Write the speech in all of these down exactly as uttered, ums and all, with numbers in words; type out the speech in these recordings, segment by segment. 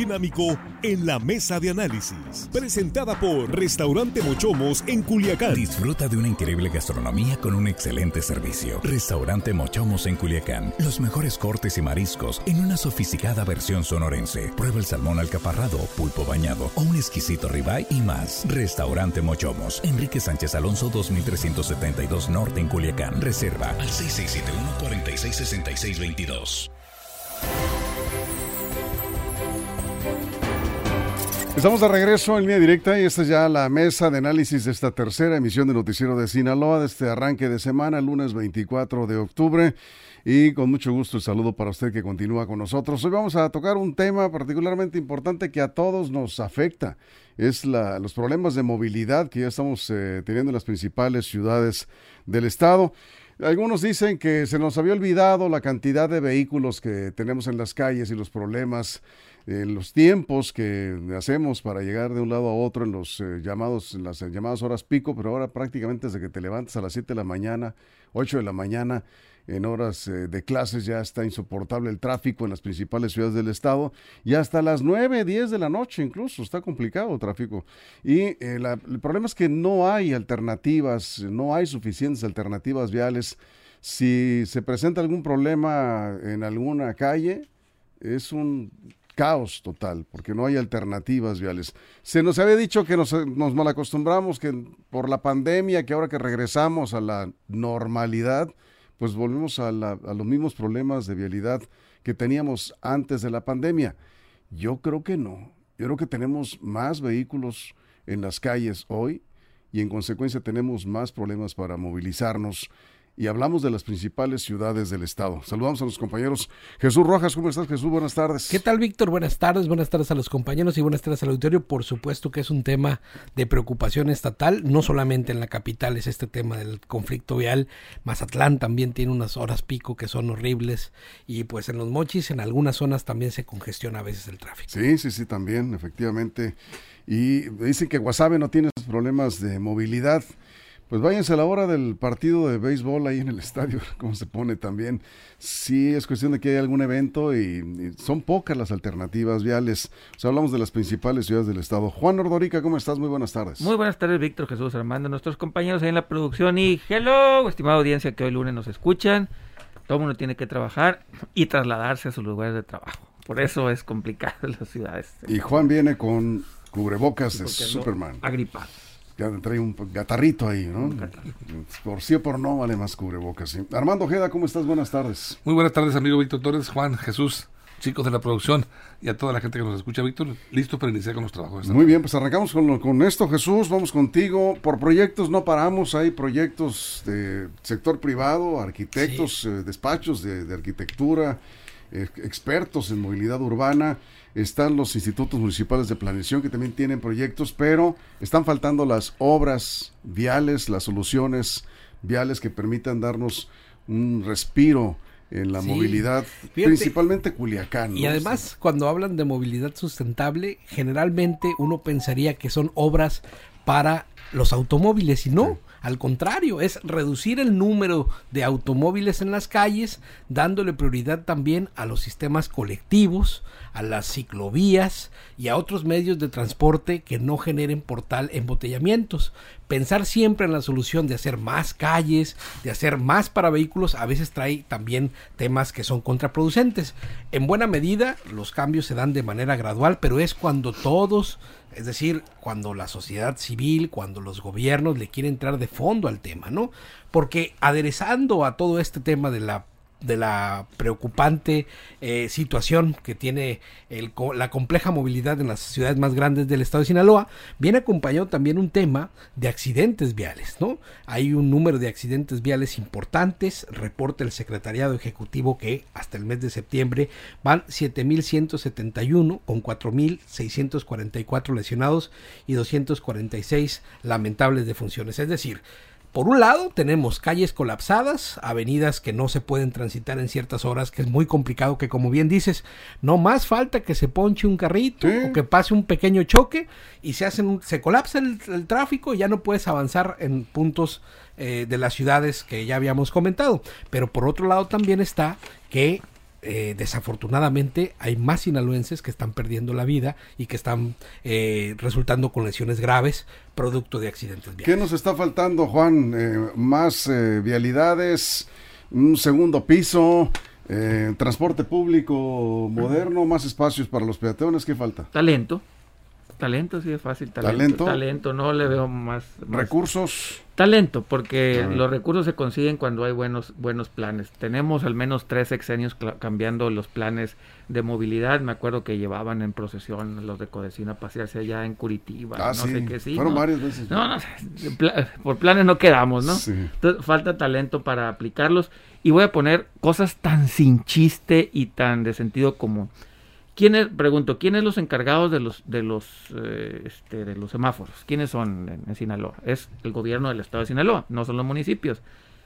dinámico en la mesa de análisis. Presentada por Restaurante Mochomos en Culiacán. Disfruta de una increíble gastronomía con un excelente servicio. Restaurante Mochomos en Culiacán. Los mejores cortes y mariscos en una sofisticada versión sonorense. Prueba el salmón alcaparrado, pulpo bañado o un exquisito ribeye y más. Restaurante Mochomos. Enrique Sánchez Alonso dos mil trescientos setenta y dos Norte en Culiacán. Reserva al seis seis siete uno, cuatro seis, seis seis dos dos. Estamos de regreso en línea directa y esta es ya la mesa de análisis de esta tercera emisión de Noticiero de Sinaloa de este arranque de semana, lunes veinticuatro de octubre, y con mucho gusto el saludo para usted que continúa con nosotros. Hoy vamos a tocar un tema particularmente importante que a todos nos afecta, es la, los problemas de movilidad que ya estamos eh, teniendo en las principales ciudades del estado. Algunos dicen que se nos había olvidado la cantidad de vehículos que tenemos en las calles y los problemas, eh, los tiempos que hacemos para llegar de un lado a otro en los eh, llamados, en las eh, llamadas horas pico, pero ahora prácticamente desde que te levantas a las siete de la mañana, ocho de la mañana, en horas eh, de clases ya está insoportable el tráfico en las principales ciudades del estado, y hasta las nueve, diez de la noche incluso, está complicado el tráfico. Y eh, la, el problema es que no hay alternativas, no hay suficientes alternativas viales. Si se presenta algún problema en alguna calle, es un caos total, porque no hay alternativas viales. Se nos había dicho que nos, nos malacostumbramos, que por la pandemia, que ahora que regresamos a la normalidad, pues volvemos a, la, a los mismos problemas de vialidad que teníamos antes de la pandemia. Yo creo que no. Yo creo que tenemos más vehículos en las calles hoy y en consecuencia tenemos más problemas para movilizarnos. Y hablamos de las principales ciudades del estado. Saludamos a los compañeros. Jesús Rojas, ¿cómo estás, Jesús? Buenas tardes. ¿Qué tal, Víctor? Buenas tardes, buenas tardes a los compañeros y buenas tardes al auditorio. Por supuesto que es un tema de preocupación estatal, no solamente en la capital es este tema del conflicto vial. Mazatlán también tiene unas horas pico que son horribles y pues en Los Mochis, en algunas zonas también se congestiona a veces el tráfico. Sí, sí, sí, también, efectivamente. Y dicen que Guasave no tiene problemas de movilidad. Pues váyanse a la hora del partido de béisbol ahí en el estadio, cómo se pone también. Sí, es cuestión de que haya algún evento y, y son pocas las alternativas viales. O sea, hablamos de las principales ciudades del estado. Juan Ordorica, ¿cómo estás? Muy buenas tardes. Muy buenas tardes, Víctor, Jesús, Armando, nuestros compañeros ahí en la producción y hello, estimada audiencia que hoy lunes nos escuchan. Todo el mundo tiene que trabajar y trasladarse a sus lugares de trabajo. Por eso es complicado en las ciudades. Y Juan viene con cubrebocas de Superman. Agripado. Ya trae un gatarrito ahí, ¿no? Por sí o por no vale más cubrebocas, ¿sí? Armando Ojeda, ¿cómo estás? Buenas tardes. Muy buenas tardes, amigo Víctor Torres, Juan, Jesús, chicos de la producción y a toda la gente que nos escucha. Víctor, listo para iniciar con los trabajos. Muy bien, pues arrancamos con, lo, con esto, Jesús, vamos contigo. Por proyectos no paramos, hay proyectos de sector privado, arquitectos, sí. eh, despachos de, de arquitectura, eh, expertos en movilidad urbana. Están los institutos municipales de planeación que también tienen proyectos, pero están faltando las obras viales, las soluciones viales que permitan darnos un respiro en la sí, movilidad, fíjate, principalmente Culiacán, ¿no? Y además, cuando hablan de movilidad sustentable, generalmente uno pensaría que son obras para los automóviles y no. Sí. Al contrario, es reducir el número de automóviles en las calles, dándole prioridad también a los sistemas colectivos, a las ciclovías y a otros medios de transporte que no generen por tal embotellamientos. Pensar siempre en la solución de hacer más calles, de hacer más para vehículos, a veces trae también temas que son contraproducentes. En buena medida, los cambios se dan de manera gradual, pero es cuando todos... Es decir, cuando la sociedad civil, cuando los gobiernos le quieren entrar de fondo al tema, ¿no? Porque aderezando a todo este tema de la de la preocupante eh, situación que tiene el, la compleja movilidad en las ciudades más grandes del estado de Sinaloa, viene acompañado también un tema de accidentes viales, ¿no? Hay un número de accidentes viales importantes, reporta el Secretariado Ejecutivo que hasta el mes de septiembre van siete mil ciento setenta y uno con cuatro mil seiscientos cuarenta y cuatro lesionados y doscientos cuarenta y seis lamentables defunciones, es decir, por un lado tenemos calles colapsadas, avenidas que no se pueden transitar en ciertas horas, que es muy complicado, que como bien dices, no más falta que se ponche un carrito sí. o que pase un pequeño choque y se hacen un, se colapsa el, el tráfico y ya no puedes avanzar en puntos eh, de las ciudades que ya habíamos comentado. Pero por otro lado también está que eh, desafortunadamente hay más sinaloenses que están perdiendo la vida y que están eh, resultando con lesiones graves producto de accidentes viales. ¿Qué nos está faltando, Juan? Eh, ¿Más eh, vialidades, un segundo piso, eh, transporte público moderno, más espacios para los peatones? ¿Qué falta? Talento. Talento, sí es fácil. Talento. Talento. Talento, no le veo más. más. Recursos. Talento, porque Ah. los recursos se consiguen cuando hay buenos buenos planes. Tenemos al menos tres sexenios cl- cambiando los planes de movilidad. Me acuerdo que llevaban en procesión los de Codecina a pasearse allá en Curitiba. Ah, no sí. sé qué sí. Fueron ¿no? varias veces. No, no, pla- por planes no quedamos, ¿no? Sí. Entonces, falta talento para aplicarlos. Y voy a poner cosas tan sin chiste y tan de sentido común. ¿Quiénes, pregunto, quiénes los encargados de los de los eh, este, de los semáforos? ¿Quiénes son en, en Sinaloa? Es el gobierno del estado de Sinaloa, no son los municipios.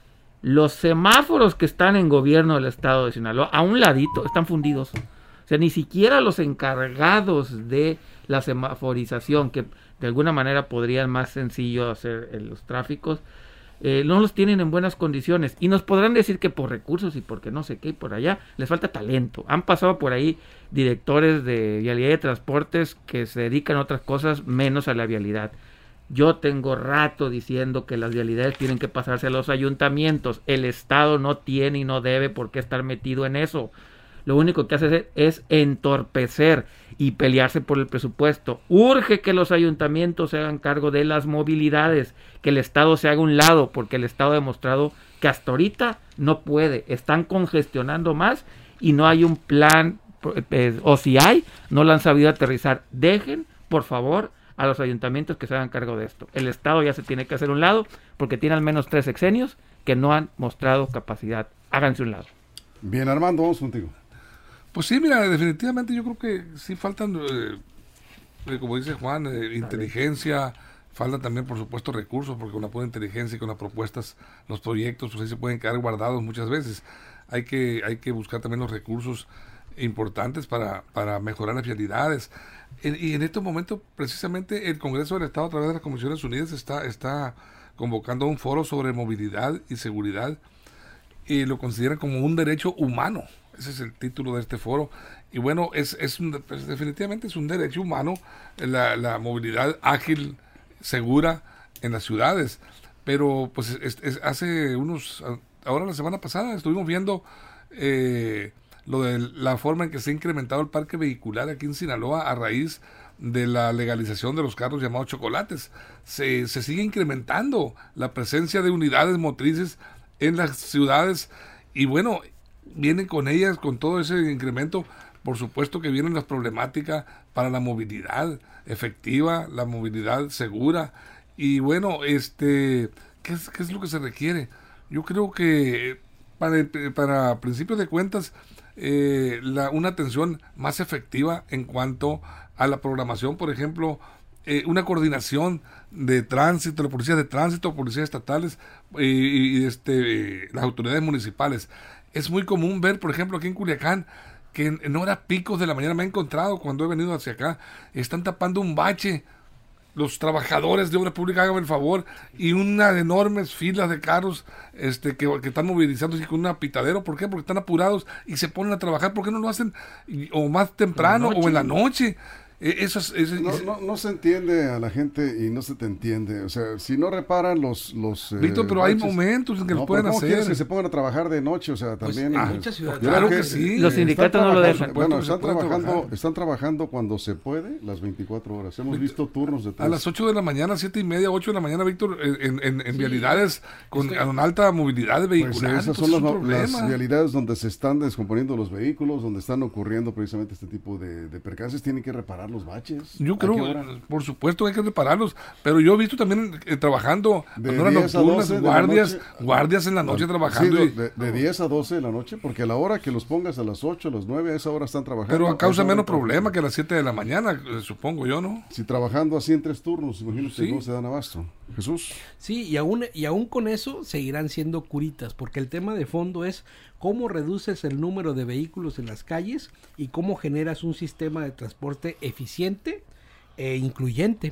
Los semáforos que están en gobierno del estado de Sinaloa, a un ladito, están fundidos. O sea, ni siquiera los encargados de la semaforización, que de alguna manera podrían más sencillo hacer eh, los tráficos, eh, no los tienen en buenas condiciones. Y nos podrán decir que por recursos y porque no sé qué y por allá, les falta talento. Han pasado por ahí directores de vialidad y de transportes que se dedican a otras cosas menos a la vialidad. Yo tengo rato diciendo que las vialidades tienen que pasarse a los ayuntamientos. El Estado no tiene y no debe por qué estar metido en eso. Lo único que hace es entorpecer y pelearse por el presupuesto. Urge que los ayuntamientos se hagan cargo de las movilidades, que el Estado se haga un lado, porque el Estado ha demostrado que hasta ahorita no puede. Están congestionando más y no hay un plan, eh, o si hay, no lo han sabido aterrizar. Dejen, por favor, a los ayuntamientos que se hagan cargo de esto. El Estado ya se tiene que hacer un lado, porque tiene al menos tres sexenios que no han mostrado capacidad. Háganse un lado. Bien, Armando, vamos contigo. Pues sí, mira, definitivamente yo creo que sí faltan, eh, eh, como dice Juan, eh, inteligencia, faltan también, por supuesto, recursos, porque con la pura inteligencia y con las propuestas, los proyectos, pues ahí se pueden quedar guardados muchas veces. Hay que hay que buscar también los recursos importantes para, para mejorar las vialidades. En, y en estos momentos, precisamente, el Congreso del Estado, a través de las Comisiones Unidas, está, está convocando un foro sobre movilidad y seguridad, y lo consideran como un derecho humano. Ese es el título de este foro. Y bueno, es, es un, pues definitivamente es un derecho humano la, la movilidad ágil, segura en las ciudades. Pero pues es, es, hace unos, ahora la semana pasada estuvimos viendo eh, lo de la forma en que se ha incrementado el parque vehicular aquí en Sinaloa a raíz de la legalización de los carros llamados chocolates. Se, se sigue incrementando la presencia de unidades motrices en las ciudades y bueno, vienen con ellas, con todo ese incremento, por supuesto que vienen las problemáticas para la movilidad efectiva, la movilidad segura. Y bueno, este, ¿qué es, qué es lo que se requiere? Yo creo que para, para principios de cuentas, eh, la, una atención más efectiva en cuanto a la programación, por ejemplo, eh, una coordinación de tránsito, la policía de tránsito, policías estatales eh, y este, eh, las autoridades municipales. Es muy común ver, por ejemplo, aquí en Culiacán, que en, en horas picos de la mañana me he encontrado cuando he venido hacia acá, están tapando un bache los trabajadores de obra pública, háganme el favor, y unas enormes filas de carros este que, que están movilizándose con un apitadero. ¿Por qué? Porque están apurados y se ponen a trabajar. ¿Por qué no lo hacen y, o más temprano o en la noche? Eso es, eso es, no, no, no se entiende a la gente y no se te entiende. O sea, si no reparan los... los Víctor, eh, pero baches, hay momentos en que no, lo pueden ¿cómo hacer. quieres que se pongan a trabajar de noche? O sea, Pues, también... en eh, muchas ciudades. yo Claro creo que sí. Los están sindicatos no lo trabajando- dejan. Bueno, Se están puede trabajando, trabajar. están trabajando cuando se puede, las veinticuatro horas. Hemos visto turnos de tres. A las ocho de la mañana, siete y media, ocho de la mañana, Víctor, en, en, en Sí. vialidades con, Estoy- con alta movilidad Pues vehicular. esas pues son es las, un no- las problema. vialidades donde se están descomponiendo los vehículos, donde están ocurriendo precisamente este tipo de, de percances. Tienen que reparar los baches. Yo ¿A qué creo, hora? por supuesto hay que repararlos, pero yo he visto también eh, trabajando De en horas diez a nocturnas, doce de la guardias, noche. guardias en la noche Sí, trabajando. de, y- de- de diez a doce de la noche, porque a la hora que los pongas a las ocho, a las nueve, a esa hora están trabajando. pero a causa esa hora menos trabajan. problema que a las siete de la mañana, eh, supongo yo, ¿no? Si trabajando así en tres turnos, imagínate Sí. cómo se dan abasto. Jesús. Sí, y aún, y aún con eso seguirán siendo curitas, porque el tema de fondo es cómo reduces el número de vehículos en las calles y cómo generas un sistema de transporte eficiente e incluyente.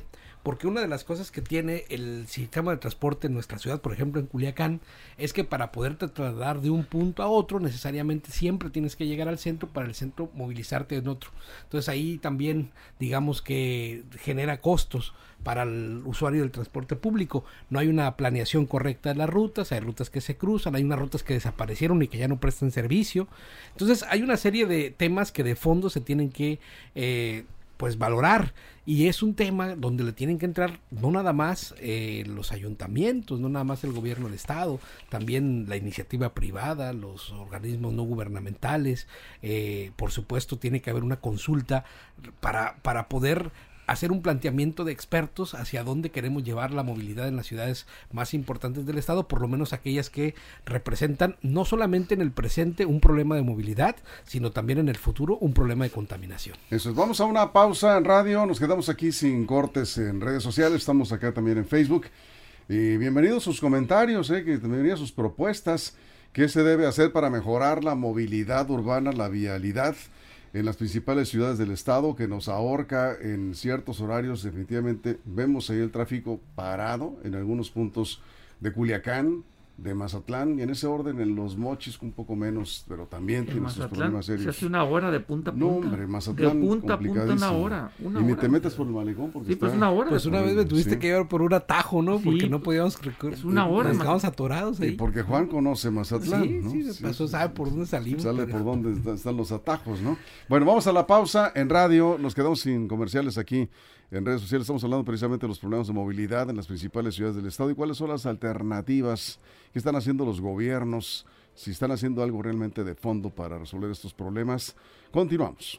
porque una de las cosas que tiene el sistema de transporte en nuestra ciudad, por ejemplo en Culiacán, es que para poderte trasladar de un punto a otro, necesariamente siempre tienes que llegar al centro para el centro movilizarte en otro. Entonces ahí también, digamos que genera costos para el usuario del transporte público. No hay una planeación correcta de las rutas, hay rutas que se cruzan, hay unas rutas que desaparecieron y que ya no prestan servicio. Entonces hay una serie de temas que de fondo se tienen que eh, pues valorar, y es un tema donde le tienen que entrar no nada más eh, los ayuntamientos, no nada más el gobierno del estado, también la iniciativa privada, los organismos no gubernamentales, eh, por supuesto tiene que haber una consulta para, para poder hacer un planteamiento de expertos hacia dónde queremos llevar la movilidad en las ciudades más importantes del estado, por lo menos aquellas que representan no solamente en el presente un problema de movilidad, sino también en el futuro un problema de contaminación. Eso es, vamos a una pausa en radio, nos quedamos aquí sin cortes en redes sociales, estamos acá también en Facebook, y bienvenidos sus comentarios, eh, que bienvenidas sus propuestas, qué se debe hacer para mejorar la movilidad urbana, la vialidad en las principales ciudades del estado, que nos ahorca en ciertos horarios. Definitivamente vemos ahí el tráfico parado en algunos puntos de Culiacán, de Mazatlán, y en ese orden en Los Mochis un poco menos, pero también tiene sus problemas serios. Se hace una hora de punta a punta. No, hombre, Mazatlán, de punta a punta una hora. Una y ni hora. te metas por el malecón porque sí, está... pues una hora. Pues una vez me tuviste sí. que llevar por un atajo, ¿no? Porque sí, no podíamos recorrer. Es una hora. Nos quedamos atorados ahí. Y porque Juan conoce Mazatlán, sí, ¿no? sí, de paso sabe por dónde salimos. Sale pero... por dónde están los atajos, ¿no? Bueno, vamos a la pausa en radio, nos quedamos sin comerciales aquí en redes sociales. Estamos hablando precisamente de los problemas de movilidad en las principales ciudades del estado y cuáles son las alternativas que están haciendo los gobiernos, si están haciendo algo realmente de fondo para resolver estos problemas. Continuamos.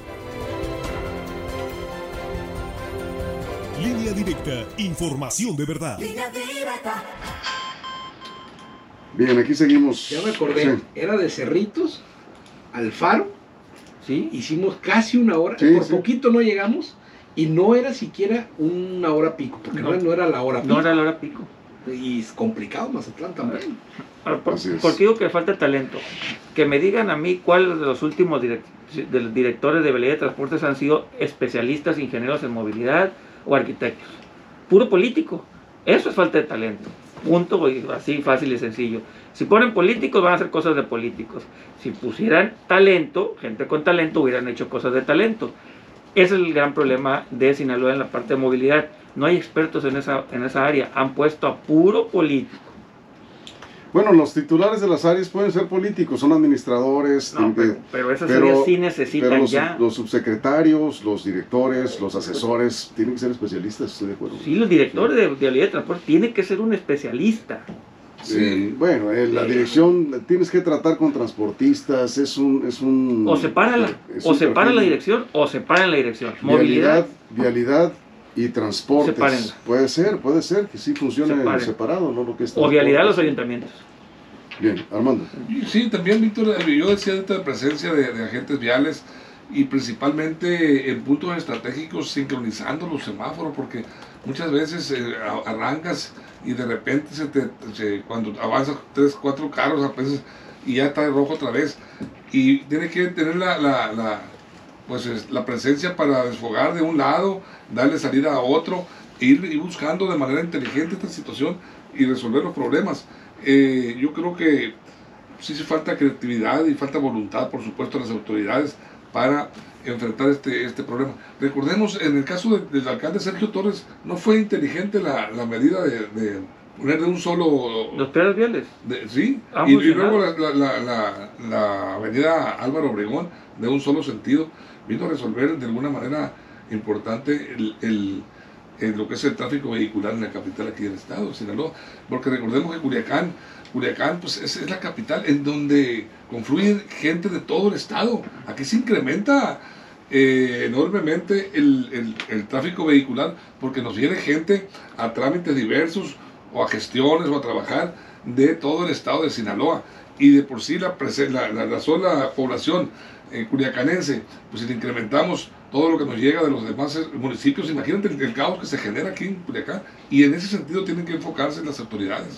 Línea Directa, información de verdad. Línea Directa. Bien, aquí seguimos. Ya me acordé, Sí. era de Cerritos al Faro, Sí. hicimos casi una hora, Sí, por sí. poquito no llegamos, y no era siquiera una hora pico, porque no, No. no era la hora pico. No era la hora pico. Y es complicado Mazatlán también. Ahora, por, Así es. porque digo que falta talento. Que me digan a mí cuáles de los últimos direct, de los directores de vialidad de transportes han sido especialistas, ingenieros en movilidad o arquitectos. Puro político. Eso es falta de talento. Punto, y así fácil y sencillo. Si ponen políticos, van a hacer cosas de políticos. Si pusieran talento, gente con talento, hubieran hecho cosas de talento. Ese es el gran problema de Sinaloa en la parte de movilidad. No hay expertos en esa, en esa área. Han puesto a puro político. Bueno, los titulares de las áreas pueden ser políticos, son administradores. No, tienen que- pero, pero esas pero- áreas sí necesitan pero los, ya. los subsecretarios, los directores, los asesores, tienen que ser especialistas, estoy de acuerdo. Sí, los directores de vialidad de transporte tienen que ser un especialista. Sí, bueno, en la dirección tienes que tratar con transportistas, es un... Es un O sepárala, es o un separa perfil. la dirección, o separan la dirección. Vialidad, Movilidad, vialidad y transportes. Sepárenla. Puede ser, puede ser que sí funcione Separen. separado, no lo que es o vialidad a los transportes. ayuntamientos. Bien, Armando. Y sí, también, Víctor, yo decía ahorita de presencia de, de agentes viales y principalmente en puntos estratégicos sincronizando los semáforos, porque muchas veces eh, a- arrancas y de repente se te, se- cuando avanzas tres, cuatro carros a veces y ya está de rojo otra vez y tienes que tener la, la, la, pues, es- la presencia para desfogar de un lado, darle salida a otro, e ir, ir buscando de manera inteligente esta situación y resolver los problemas. Eh, yo creo que sí se falta creatividad y falta voluntad, por supuesto, de las autoridades para enfrentar este, este problema. Recordemos, en el caso de- del alcalde Sergio Torres, no fue inteligente la, la medida de, de poner de un solo... Los peajes viales. de- sí, Ha y, y funcionado. luego la, la, la, la, la avenida Álvaro Obregón, de un solo sentido, vino a resolver de alguna manera importante el, el, el- lo que es el tráfico vehicular en la capital aquí del estado, Sinaloa, porque recordemos que Culiacán, Culiacán pues es, es la capital en donde confluye gente de todo el estado. Aquí se incrementa eh, enormemente el, el, el tráfico vehicular porque nos viene gente a trámites diversos o a gestiones o a trabajar de todo el estado de Sinaloa. Y de por sí la, prese- la, la, la sola población eh, culiacanense, pues si le incrementamos todo lo que nos llega de los demás eh, municipios, imagínate el, el caos que se genera aquí en Culiacán. Y en ese sentido tienen que enfocarse las autoridades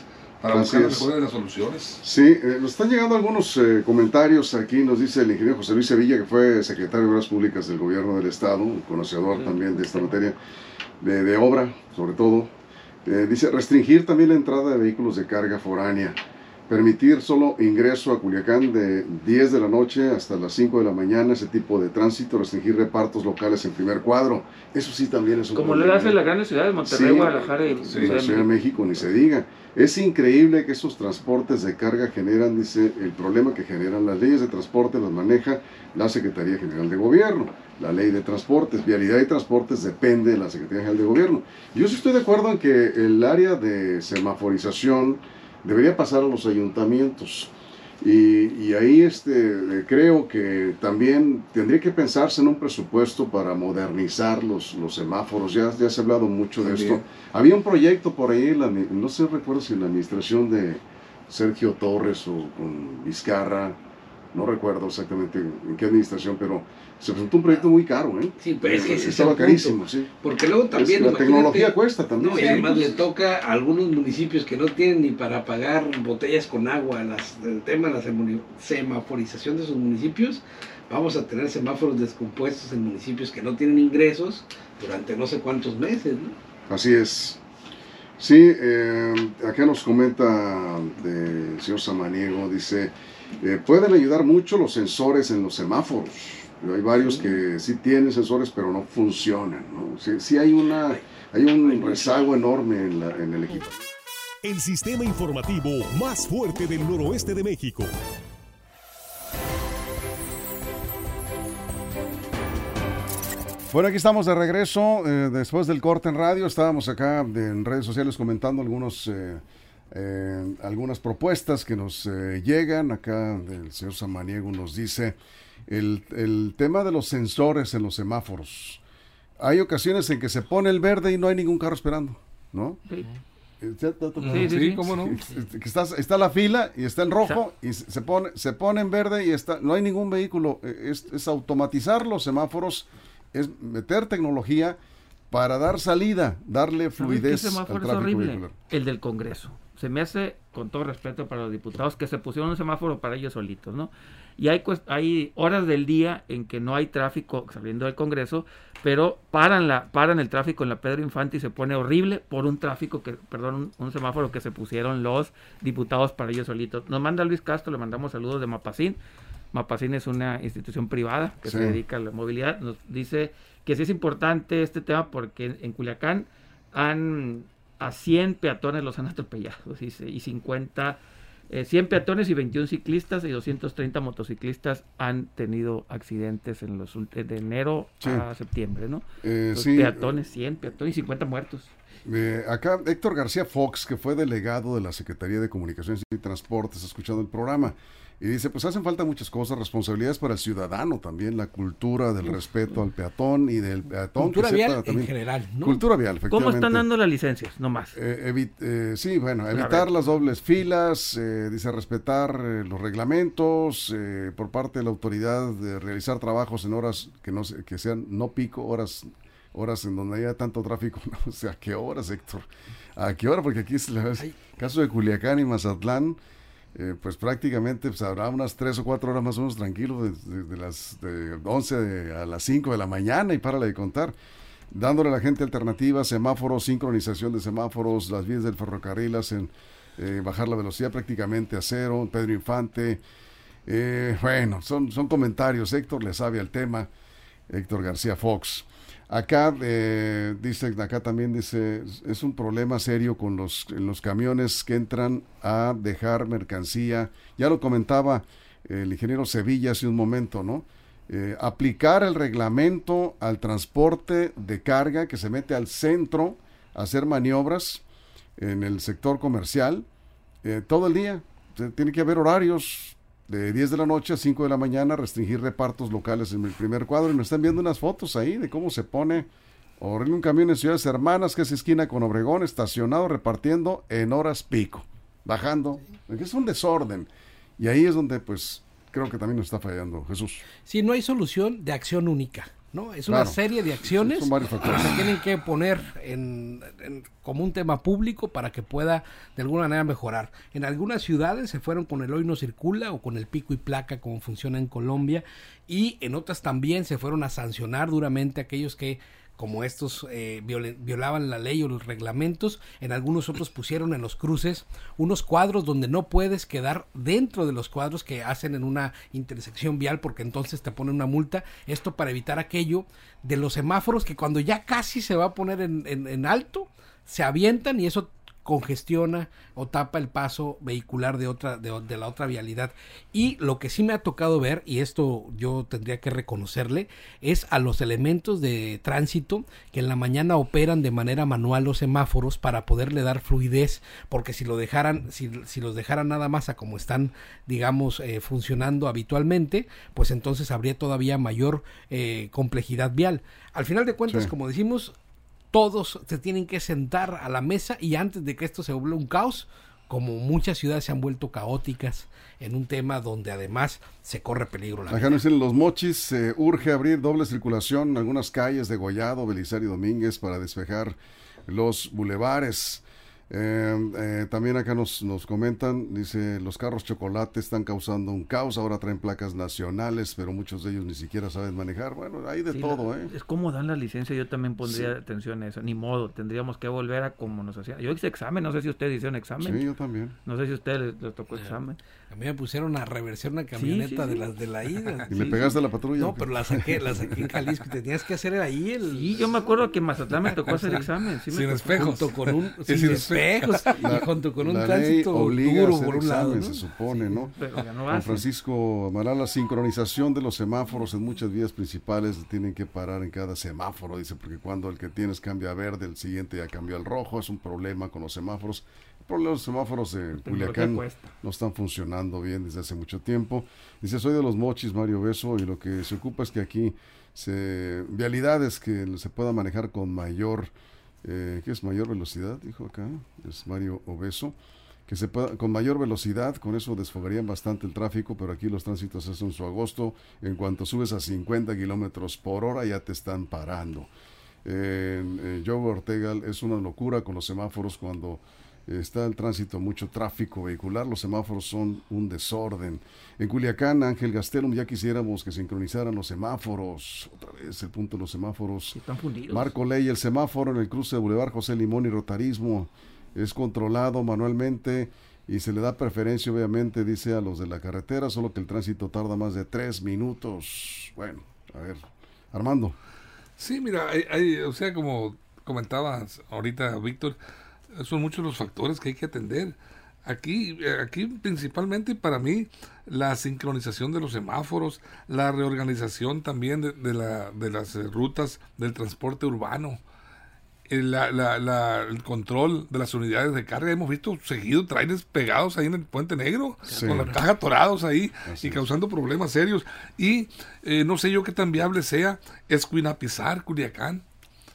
para Así buscar las es. mejores de las soluciones. Sí, eh, nos están llegando algunos eh, comentarios. Aquí nos dice el ingeniero José Luis Sevilla, que fue secretario de Obras Públicas del Gobierno del Estado, un conocedor sí. también de esta materia, de, de obra, sobre todo. Eh, dice, restringir también la entrada de vehículos de carga foránea. Permitir solo ingreso a Culiacán de diez de la noche hasta las cinco de la mañana, ese tipo de tránsito, restringir repartos locales en primer cuadro. Eso sí también es un Como problema. le hace las grandes ciudades, Monterrey, Sí, Guadalajara y sí, la Ciudad de México, ni se diga. Es increíble que esos transportes de carga generan, dice, el problema que generan las leyes de transporte las maneja la Secretaría General de Gobierno. La ley de transportes, vialidad y transportes depende de la Secretaría General de Gobierno. Yo sí estoy de acuerdo en que el área de semaforización debería pasar a los ayuntamientos. Y, y ahí este, creo que también tendría que pensarse en un presupuesto para modernizar los, los semáforos. Ya, ya se ha hablado mucho de También. esto. Había un proyecto por ahí, la, no sé, recuerdo si en la administración de Sergio Torres o con Vizcarra, no recuerdo exactamente en qué administración, pero se presentó un proyecto muy caro, ¿eh? Sí, pero es que ese es estaba el punto. carísimo, sí. Porque luego también, Es, la imagínate, tecnología cuesta también. No, y sí, además pues. le toca a algunos municipios que no tienen ni para pagar botellas con agua. Las, el tema de la semoni- semaforización de sus municipios, vamos a tener semáforos descompuestos en municipios que no tienen ingresos durante no sé cuántos meses, ¿no? Así es. Sí, eh, acá nos comenta el señor Samaniego, dice, eh, pueden ayudar mucho los sensores en los semáforos. Hay varios sí. que sí tienen sensores, pero no funcionan, ¿no? Sí, sí hay, una, hay un rezago enorme en, la, en el equipo. El sistema informativo más fuerte del noroeste de México. Bueno, aquí estamos de regreso, eh, después del corte en radio, estábamos acá de, en redes sociales comentando algunos, eh, eh, algunas propuestas que nos eh, llegan, acá el señor Samaniego nos dice, el, el tema de los sensores en los semáforos, hay ocasiones en que se pone el verde y no hay ningún carro esperando, ¿no? Sí. Sí, sí, sí, ¿cómo no? Que está, está la fila y está en rojo y se pone, se pone en verde y está, no hay ningún vehículo, es, es automatizar los semáforos, es meter tecnología para dar salida, darle fluidez al tráfico es horrible? vehicular. El del Congreso. Se me hace, con todo respeto para los diputados, que se pusieron un semáforo para ellos solitos, ¿no? Y hay, hay horas del día en que no hay tráfico saliendo del Congreso, pero paran la paran el tráfico en la Pedro Infante y se pone horrible por un tráfico, que perdón, un, un semáforo que se pusieron los diputados para ellos solitos. Nos manda Luis Castro, le mandamos saludos de Mapacín. Mapacín es una institución privada que sí. se dedica a la movilidad. Nos dice que sí es importante este tema porque en Culiacán han a cien peatones los han atropellado, dice, y cincuenta, eh, cien peatones y veintiún ciclistas y doscientos treinta motociclistas han tenido accidentes en los de enero sí. a septiembre, ¿no? Eh, los sí. peatones, cien peatones y cincuenta muertos. Eh, acá Héctor García Fox, que fue delegado de la Secretaría de Comunicaciones y Transportes, escuchando el programa, y dice, pues hacen falta muchas cosas, responsabilidades para el ciudadano también, la cultura del respeto al peatón y del peatón. Cultura que vial también, en general, ¿no? Cultura vial, efectivamente. ¿Cómo están dando las licencias? No más. Eh, evi- eh, sí, bueno, evitar las dobles filas, eh, dice respetar eh, los reglamentos, eh, por parte de la autoridad de realizar trabajos en horas que no se- que sean no pico, horas horas en donde haya tanto tráfico, no, o sea, ¿a qué horas, Héctor? ¿A qué hora? Porque aquí es el caso de Culiacán y Mazatlán, eh, pues prácticamente pues, habrá unas tres o cuatro horas más o menos tranquilo, de, de, de las de once de, a las cinco de la mañana y párale de contar, dándole a la gente alternativas, semáforos, sincronización de semáforos, las vías del ferrocarril hacen eh, bajar la velocidad prácticamente a cero, Pedro Infante, eh, bueno, son, son comentarios, Héctor le sabe al tema, Héctor García Fox. Acá eh, dice, acá también dice, es un problema serio con los, en los camiones que entran a dejar mercancía. Ya lo comentaba el ingeniero Sevilla hace un momento, ¿no? Eh, aplicar el reglamento al transporte de carga que se mete al centro a hacer maniobras en el sector comercial eh, todo el día. Tiene que haber horarios de diez de la noche a cinco de la mañana, restringir repartos locales en el primer cuadro, y nos están viendo unas fotos ahí de cómo se pone horrible un camión en Ciudades Hermanas, que es esquina con Obregón, estacionado, repartiendo en horas pico, bajando, es un desorden, y ahí es donde pues creo que también nos está fallando, Jesús. Sí, no hay solución de acción única. ¿no? Es Claro. una serie de acciones Son varios que factores. se tienen que poner en, en- como un tema público para que pueda de alguna manera mejorar. En algunas ciudades se fueron con el hoy no circula o con el pico y placa como funciona en Colombia, y en otras también se fueron a sancionar duramente a aquellos que, como estos, eh, violen- violaban la ley o los reglamentos. En algunos otros pusieron en los cruces unos cuadros donde no puedes quedar dentro de los cuadros que hacen en una intersección vial, porque entonces te ponen una multa. Esto para evitar aquello de los semáforos que cuando ya casi se va a poner en, en, en alto, se avientan y eso congestiona o tapa el paso vehicular de otra de, de la otra vialidad. Y lo que sí me ha tocado ver, y esto yo tendría que reconocerle, es a los elementos de tránsito que en la mañana operan de manera manual los semáforos para poderle dar fluidez, porque si lo dejaran si, si los dejaran nada más a como están, digamos, eh, funcionando habitualmente, pues entonces habría todavía mayor eh, complejidad vial. Al final de cuentas, Sí. como decimos, todos se tienen que sentar a la mesa, y antes de que esto se vuelva un caos, como muchas ciudades se han vuelto caóticas en un tema donde además se corre peligro la Acá vida. nos dicen los mochis, se urge abrir doble circulación en algunas calles de Gollado, Belisario Domínguez para despejar los bulevares. Eh, eh, también acá nos, nos comentan, dice, los carros chocolate están causando un caos, ahora traen placas nacionales, pero muchos de ellos ni siquiera saben manejar. Bueno, hay de Sí, todo, la- ¿eh? Es como dan la licencia, yo también pondría Sí. atención a eso. Ni modo, tendríamos que volver a como nos hacían. Yo hice examen, no sé si ustedes hicieron examen. Sí, yo también. No sé si a ustedes les, les tocó Ya. examen. A mí me pusieron a reversión una camioneta sí, sí. de las de la ida. ¿Y le Sí, pegaste a la patrulla? No, o qué? pero la saqué, la saqué en Jalisco. Tenías que hacer ahí el... Sí, yo me acuerdo que en Mazatlán me tocó hacer Sí. examen. Sí me Sin tocó. espejos. junto con un Sí, sin sí, espejos La- y junto con un la ley tránsito obliga a duro hacer por un lado, examen, ¿no? se supone, ¿no? Pero ya no Juan hace. Francisco Amaral, la sincronización de los semáforos en muchas vías principales tienen que parar en cada semáforo, dice, porque cuando el que tienes cambia a verde, el siguiente ya cambió al rojo, es un problema con los semáforos. El problema de los semáforos de Culiacán cuesta. no están funcionando bien desde hace mucho tiempo. Dice, soy de los mochis, Mario Beso, y lo que se ocupa es que aquí se vialidades que se pueda manejar con mayor, eh, ¿qué es mayor velocidad? Dijo acá, es Mario Obeso. Que se pueda, con mayor velocidad, con eso desfogarían bastante el tráfico, pero aquí los tránsitos hacen su agosto, en cuanto subes a cincuenta kilómetros por hora ya te están parando. Eh, eh, Joe Ortega, es una locura con los semáforos cuando eh, está el tránsito, mucho tráfico vehicular, los semáforos son un desorden. En Culiacán, Ángel Gastelum, ya quisiéramos que sincronizaran los semáforos, otra vez el punto de los semáforos. Están fundidos. Marco Ley, el semáforo en el cruce de Boulevard José Limón y Rotarismo es controlado manualmente y se le da preferencia, obviamente, dice, a los de la carretera, solo que el tránsito tarda más de tres minutos. Bueno, a ver, Armando. Sí, mira, hay, hay- o sea, como comentabas ahorita, Víctor, son muchos los factores que hay que atender. Aquí, eh, aquí principalmente para mí, la sincronización de los semáforos, la reorganización también de, de, la, de las eh, rutas del transporte urbano, el, la, la, la- el control de las unidades de carga. Hemos visto seguido trailers pegados ahí en el Puente Negro, Sí. con la caja atorados ahí Así y es. causando problemas serios. Y eh, no sé yo qué tan viable sea escuinapizar Culiacán.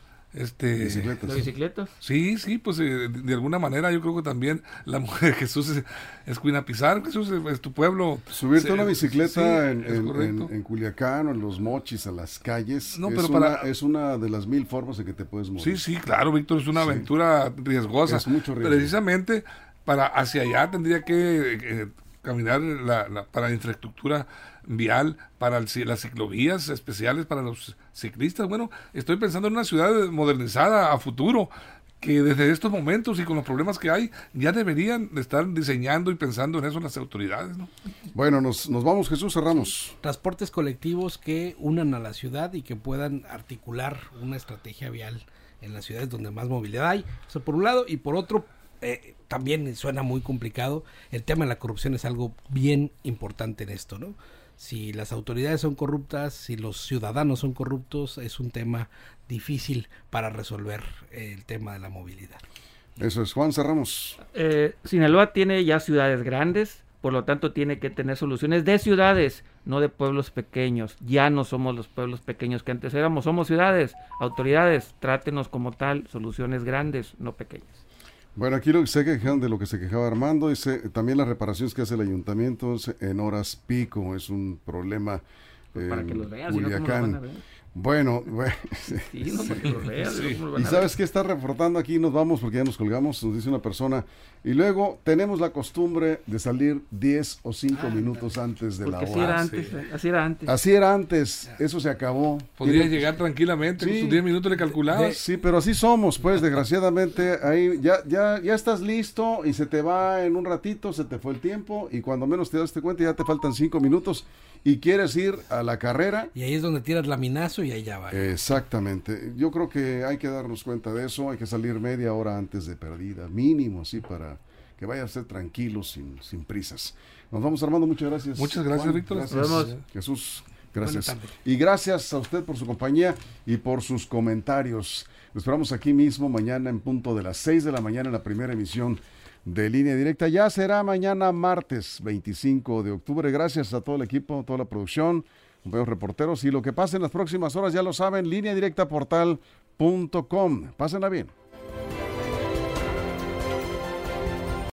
Este, Bicicletas. ¿Las bicicletas? Sí, sí, pues eh, de, de alguna manera yo creo que también la mujer de Jesús es escuinapizar. Jesús es, es tu pueblo. Subirte Se- a una bicicleta sí, en, es en- correcto. en- en Culiacán o en los mochis, a las calles, No, es, pero una, para- es una de las mil formas en que te puedes mover. Sí, sí, claro, Víctor, es una Sí. aventura riesgosa. Es mucho riesgo. Precisamente para hacia allá tendría que eh, caminar la, la- para la infraestructura vial, para el ci- las ciclovías especiales para los ciclistas. Bueno, estoy pensando en una ciudad modernizada a futuro, que desde estos momentos y con los problemas que hay, ya deberían de estar diseñando y pensando en eso las autoridades, ¿no? Bueno, nos, nos vamos, Jesús, cerramos. Transportes colectivos que unan a la ciudad y que puedan articular una estrategia vial en las ciudades donde más movilidad hay. Eso por un lado, y por otro, eh, también suena muy complicado, el tema de la corrupción es algo bien importante en esto, ¿no? Si las autoridades son corruptas, si los ciudadanos son corruptos, es un tema difícil para resolver eh, el tema de la movilidad. Eso es, Juan, cerramos. Eh, Sinaloa tiene ya ciudades grandes, por lo tanto tiene que tener soluciones de ciudades, no de pueblos pequeños. Ya no somos los pueblos pequeños que antes éramos, somos ciudades. Autoridades, trátenos como tal, soluciones grandes, no pequeñas. Bueno, aquí lo que se quejan de lo que se quejaba Armando, dice también las reparaciones que hace el ayuntamiento es en horas pico, es un problema Pues para en que los vean, si no, ¿cómo lo van a Culiacán. ver? Bueno, bueno. Sí, no, para que los veas, Sí. ¿cómo lo van Y a sabes qué está reportando aquí, nos vamos porque ya nos colgamos, nos dice una persona, y luego tenemos la costumbre de salir diez o cinco minutos antes de ver? la Porque así era hora. antes, eh, así era antes. Así era antes, eso se acabó. Podría Tiene- llegar tranquilamente, Sí. con sus diez minutos le calculabas. Sí, pero así somos, pues, desgraciadamente, ahí ya, ya, ya estás listo y se te va en un ratito, se te fue el tiempo, y cuando menos te das cuenta ya te faltan cinco minutos y quieres ir a la carrera. Y ahí es donde tiras laminazo y ahí ya va. Exactamente, yo creo que hay que darnos cuenta de eso, hay que salir media hora antes de perdida, mínimo, así para que vaya a ser tranquilo, sin, sin prisas. Nos vamos, Armando, muchas gracias. Muchas gracias, Juan, Víctor. Gracias, Nos vemos. Jesús, gracias. Buena tarde. Y gracias a usted por su compañía y por sus comentarios. Lo esperamos aquí mismo mañana en punto de las seis de la mañana en la primera emisión de Línea Directa. Ya será mañana martes veinticinco de octubre. Gracias a todo el equipo, toda la producción, compañeros reporteros. Y lo que pase en las próximas horas ya lo saben, línea directa portal punto com. Pásenla bien.